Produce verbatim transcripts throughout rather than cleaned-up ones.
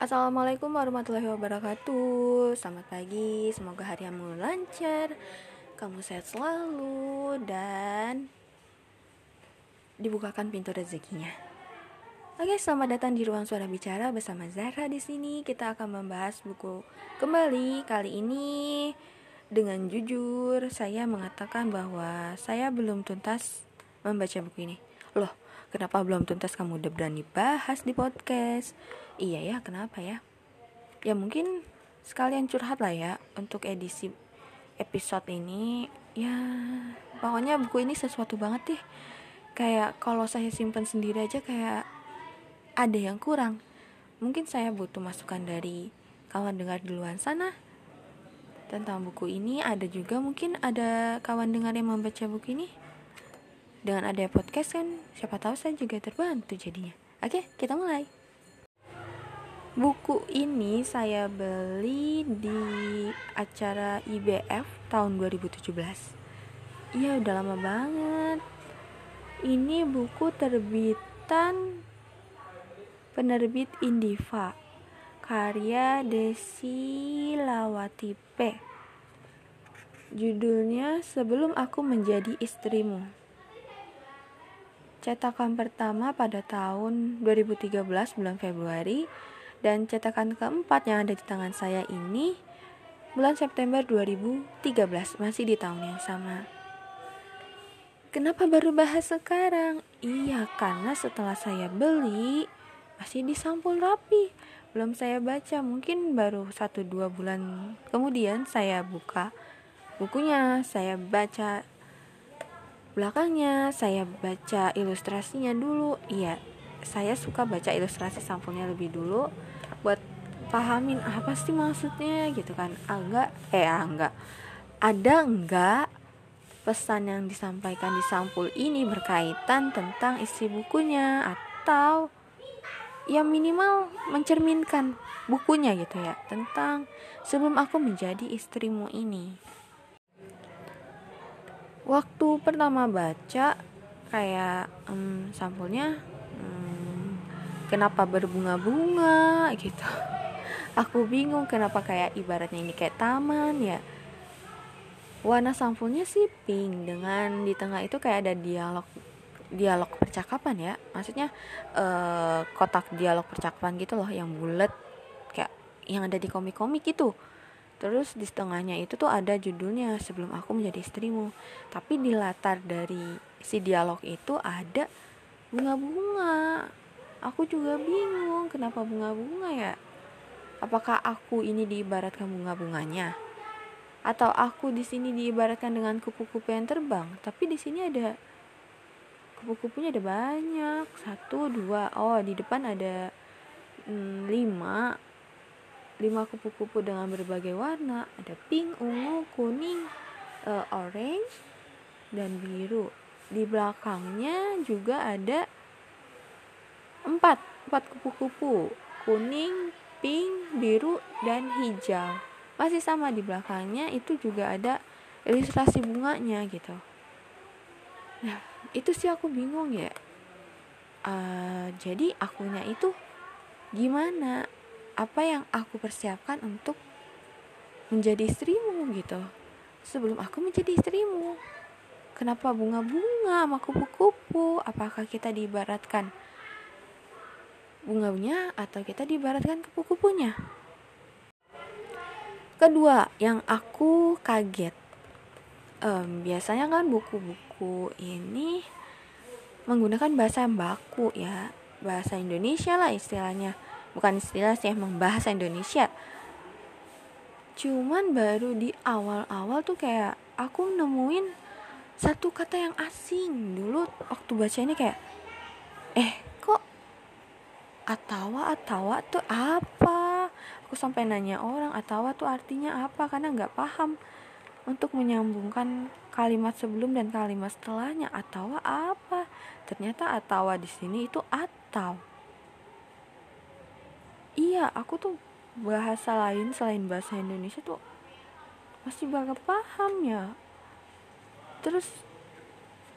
Assalamualaikum warahmatullahi wabarakatuh. Selamat pagi, semoga harimu lancar, kamu sehat selalu dan dibukakan pintu rezekinya. Oke, selamat datang di ruang suara bicara bersama Zahra. Di sini kita akan membahas buku kembali. Kali ini dengan jujur saya mengatakan bahwa saya belum tuntas membaca buku ini. Loh, kenapa belum tuntas kamu udah berani bahas di podcast? Iya ya, kenapa ya? Ya mungkin sekalian curhat lah ya untuk edisi episode ini. Ya pokoknya buku ini sesuatu banget deh. Kayak kalau saya simpan sendiri aja kayak ada yang kurang. Mungkin saya butuh masukan dari kawan dengar di luar sana tentang buku ini. Ada juga mungkin ada kawan dengar yang membaca buku ini. Dengan ada podcast kan siapa tahu saya juga terbantu jadinya. Oke, kita mulai. Buku ini saya beli di acara I B F tahun dua ribu tujuh belas. Iya, udah lama banget. Ini buku terbitan penerbit Indiva, karya Desi Lawati P. Judulnya Sebelum Aku Menjadi Istrimu. Cetakan pertama pada tahun dua ribu tiga belas bulan Februari. Dan cetakan keempat yang ada di tangan saya ini bulan September dua ribu tiga belas, masih di tahun yang sama. Kenapa baru bahas sekarang? Iya, karena setelah saya beli masih disampul rapi. Belum saya baca, mungkin baru satu dua bulan kemudian saya buka bukunya, saya baca belakangnya, saya baca ilustrasinya dulu. Iya, saya suka baca ilustrasi sampulnya lebih dulu buat pahamin apa sih maksudnya gitu kan. Enggak, eh enggak ada enggak pesan yang disampaikan di sampul ini berkaitan tentang isi bukunya, atau ya minimal mencerminkan bukunya gitu ya, tentang Sebelum Aku Menjadi Istrimu ini. Waktu pertama baca kayak um, sampulnya um, kenapa berbunga-bunga gitu. Aku bingung kenapa kayak ibaratnya ini kayak taman ya. Warna sampulnya sih pink, dengan di tengah itu kayak ada dialog dialog percakapan ya. Maksudnya uh, kotak dialog percakapan gitu loh, yang bulat kayak yang ada di komik-komik gitu. Terus di setengahnya itu tuh ada judulnya Sebelum Aku Menjadi Istrimu. Tapi di latar dari si dialog itu ada bunga-bunga. Aku juga bingung kenapa bunga-bunga ya. Apakah aku ini diibaratkan bunga-bunganya? Atau aku di sini diibaratkan dengan kupu-kupu yang terbang? Tapi di sini ada kupu-kupunya, ada banyak. Satu, dua. Oh, di depan ada hmm, lima. Lima kupu-kupu dengan berbagai warna. Ada pink, ungu, kuning, uh, orange, dan biru. Di belakangnya juga ada empat empat kupu-kupu, kuning, pink, biru, dan hijau. Masih sama di belakangnya itu juga ada ilustrasi bunganya gitu. Nah, itu sih aku bingung ya. Uh, jadi akunya itu gimana? Apa yang aku persiapkan untuk menjadi istrimu gitu? Sebelum aku menjadi istrimu, kenapa bunga-bunga sama kupu-kupu? Apakah kita diibaratkan bunganya atau kita diibaratkan kupu-kupunya? Kedua, yang aku kaget, um, biasanya kan buku-buku ini menggunakan bahasa yang baku ya, bahasa Indonesia lah istilahnya. Bukan istilah sih, emang bahasa Indonesia. Cuman baru di awal-awal tuh kayak aku nemuin satu kata yang asing. Dulu waktu baca ini kayak Eh kok atawa-atawa tuh apa? Aku sampai nanya orang atawa tuh artinya apa, karena gak paham untuk menyambungkan kalimat sebelum dan kalimat setelahnya. Atawa apa? Ternyata atawa di sini itu atau. Iya, aku tuh bahasa lain selain bahasa Indonesia tuh masih bagak paham ya. Terus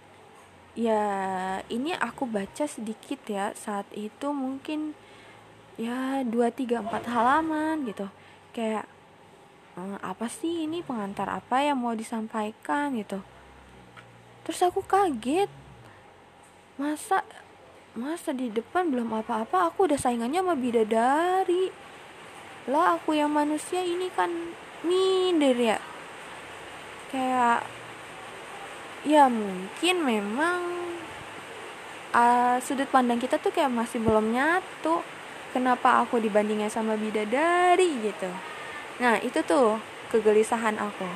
ya ini aku baca sedikit ya saat itu, mungkin ya dua tiga empat halaman gitu. Kayak ehm, apa sih ini, pengantar apa yang mau disampaikan gitu. Terus aku kaget, masa masa di depan belum apa-apa aku udah saingannya sama bidadari. Lah aku yang manusia ini kan minder ya. Kayak ya mungkin memang uh, sudut pandang kita tuh kayak masih belum nyatu. Kenapa aku dibandingnya sama bidadari gitu. Nah itu tuh kegelisahan aku.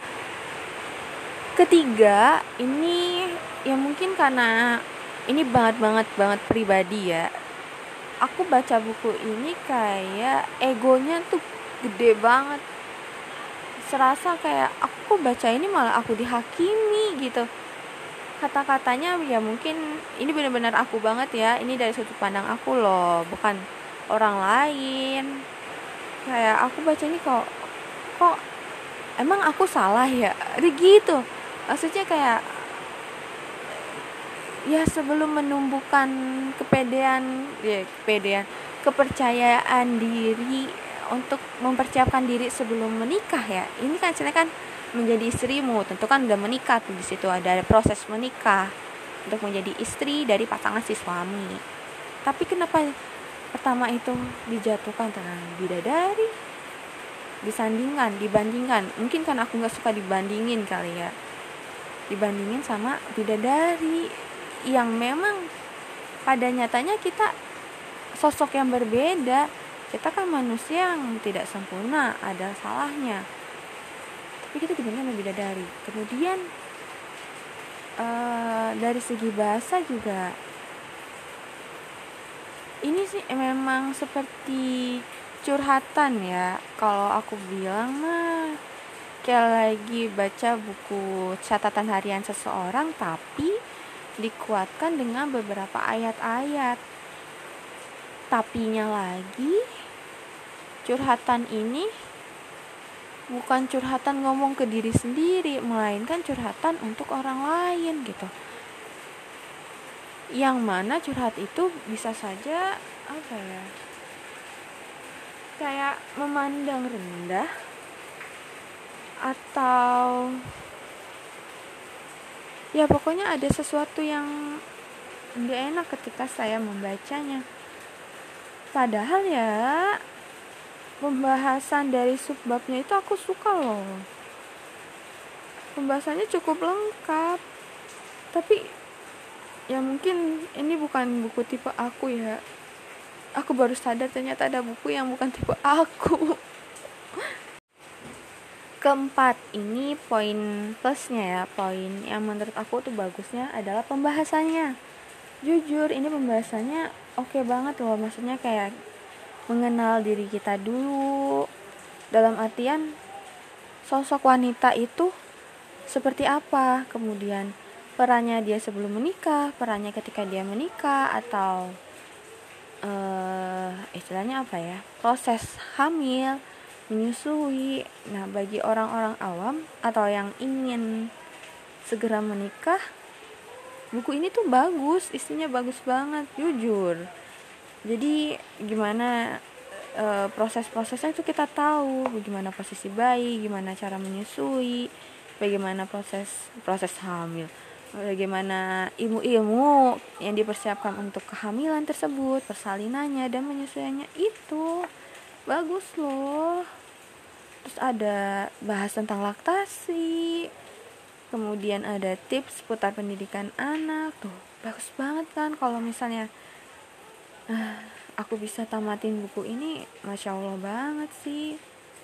Ketiga, ini ya mungkin karena ini banget banget banget pribadi ya. Aku baca buku ini kayak egonya tuh gede banget. Serasa kayak aku baca ini malah aku dihakimi gitu. Kata-katanya ya mungkin ini benar-benar aku banget ya. Ini dari sudut pandang aku loh, bukan orang lain. Kayak aku baca ini kok kok emang aku salah ya? Gitu. Maksudnya kayak ya sebelum menumbuhkan kepedean, ya kepedean, kepercayaan diri untuk mempersiapkan diri sebelum menikah ya. Ini kan ceritanya kan menjadi istrimu, tentu kan udah menikah tuh, di situ ada proses menikah untuk menjadi istri dari pasangan si suami. Tapi kenapa pertama itu dijatuhkan dengan bidadari, disandingkan, dibandingkan? Mungkin kan aku nggak suka dibandingin kali ya, dibandingin sama bidadari yang memang pada nyatanya kita sosok yang berbeda. Kita kan manusia yang tidak sempurna, ada salahnya. Tapi kita dibandingkan sama bidadari. Kemudian uh, dari segi bahasa juga ini sih memang seperti curhatan ya. Kalau aku bilang mah kayak lagi baca buku catatan harian seseorang, tapi dikuatkan dengan beberapa ayat-ayat. Tapinya lagi, curhatan ini bukan curhatan ngomong ke diri sendiri, melainkan curhatan untuk orang lain gitu. Yang mana curhat itu bisa saja apa ya, kayak memandang rendah atau ya pokoknya ada sesuatu yang gak enak ketika saya membacanya. Padahal ya pembahasan dari subbabnya itu aku suka loh. Pembahasannya cukup lengkap. Tapi ya mungkin ini bukan buku tipe aku ya. Aku baru sadar ternyata ada buku yang bukan tipe aku. Keempat, ini poin plusnya ya. Poin yang menurut aku tuh bagusnya adalah pembahasannya. Jujur ini pembahasannya oke okay banget loh. Maksudnya kayak mengenal diri kita dulu, dalam artian sosok wanita itu seperti apa, kemudian perannya dia sebelum menikah, perannya ketika dia menikah, atau uh, istilahnya apa ya, proses hamil, menyusui. Nah bagi orang-orang awam atau yang ingin segera menikah, buku ini tuh bagus, isinya bagus banget, jujur. Jadi gimana e, proses-prosesnya itu kita tahu, bagaimana posisi bayi, gimana cara menyusui, bagaimana proses proses hamil, bagaimana ilmu-ilmu yang dipersiapkan untuk kehamilan tersebut, persalinannya dan menyusuiannya, itu bagus loh. Terus ada bahas tentang laktasi, kemudian ada tips seputar pendidikan anak, tuh bagus banget kan. Kalau misalnya Uh, aku bisa tamatin buku ini, masya Allah banget sih.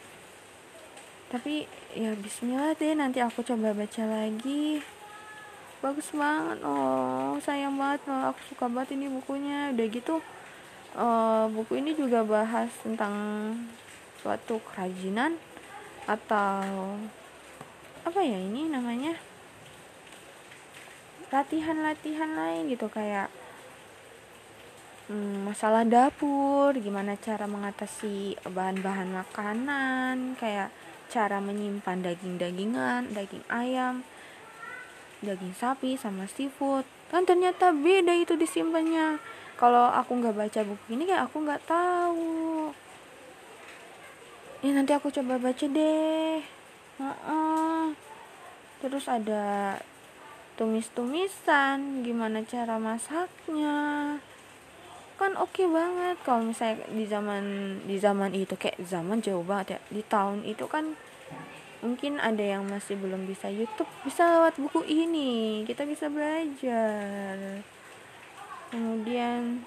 Tapi ya bismillah deh, nanti aku coba baca lagi. Bagus banget, oh sayang banget loh, aku suka banget ini bukunya. Udah gitu uh, buku ini juga bahas tentang suatu kerajinan atau apa ya ini namanya, latihan-latihan lain gitu, kayak Hmm, masalah dapur, gimana cara mengatasi bahan-bahan makanan, kayak cara menyimpan daging-dagingan, daging ayam, daging sapi sama seafood. Kan ternyata beda itu disimpannya. Kalau aku nggak baca buku ini kayak aku nggak tahu. Ya nanti aku coba baca deh. Uh-uh. Terus ada tumis-tumisan, gimana cara masaknya. Kan oke okay banget kalau misalnya di zaman di zaman itu, kayak zaman jauh banget ya. Di tahun itu kan mungkin ada yang masih belum bisa YouTube, bisa lewat buku ini kita bisa belajar. Kemudian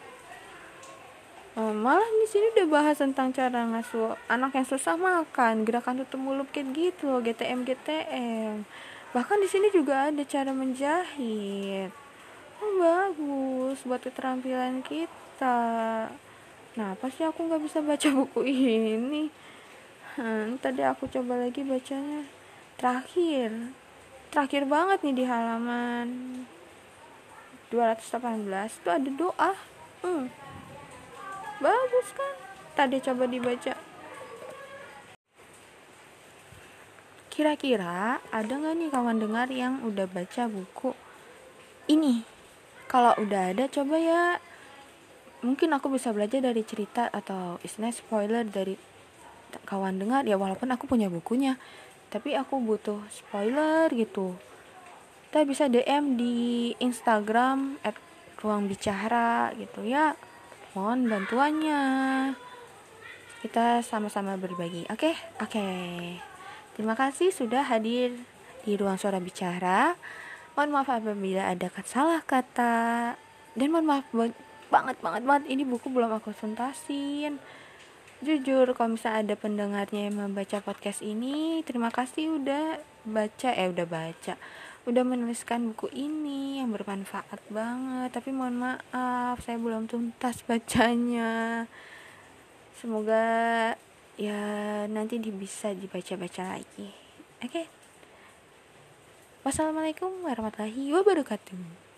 oh, malah di sini udah bahas tentang cara ngasuh anak yang susah makan, gerakan tutup mulut kayak gitu loh, G T M G T M. Bahkan di sini juga ada cara menjahit. Oh, bagus buat keterampilan kita. Nah, apa sih aku nggak bisa baca buku ini? Hmm, tadi aku coba lagi bacanya. Terakhir, terakhir banget nih di halaman dua ratus delapan belas tuh ada doa. Hmm, bagus kan? Tadi coba dibaca. Kira-kira ada nggak nih kawan dengar yang udah baca buku ini? Kalau udah ada, coba ya. Mungkin aku bisa belajar dari cerita atau istilahnya spoiler dari kawan dengar ya, walaupun aku punya bukunya, tapi aku butuh spoiler gitu. Kita bisa D M di Instagram at ruang bicara gitu ya. Mohon bantuannya. Kita sama-sama berbagi. Oke? Okay? Oke. Okay. Terima kasih sudah hadir di ruang suara bicara. Mohon maaf apabila ada salah kata. Dan mohon maaf banget banget banget ini buku belum aku tuntasin. Jujur kalau misalnya ada pendengarnya yang membaca podcast ini, terima kasih udah baca eh udah baca udah menuliskan buku ini yang bermanfaat banget. Tapi mohon maaf saya belum tuntas bacanya. Semoga ya nanti bisa dibaca-baca lagi. Oke okay? Wassalamualaikum warahmatullahi wabarakatuh.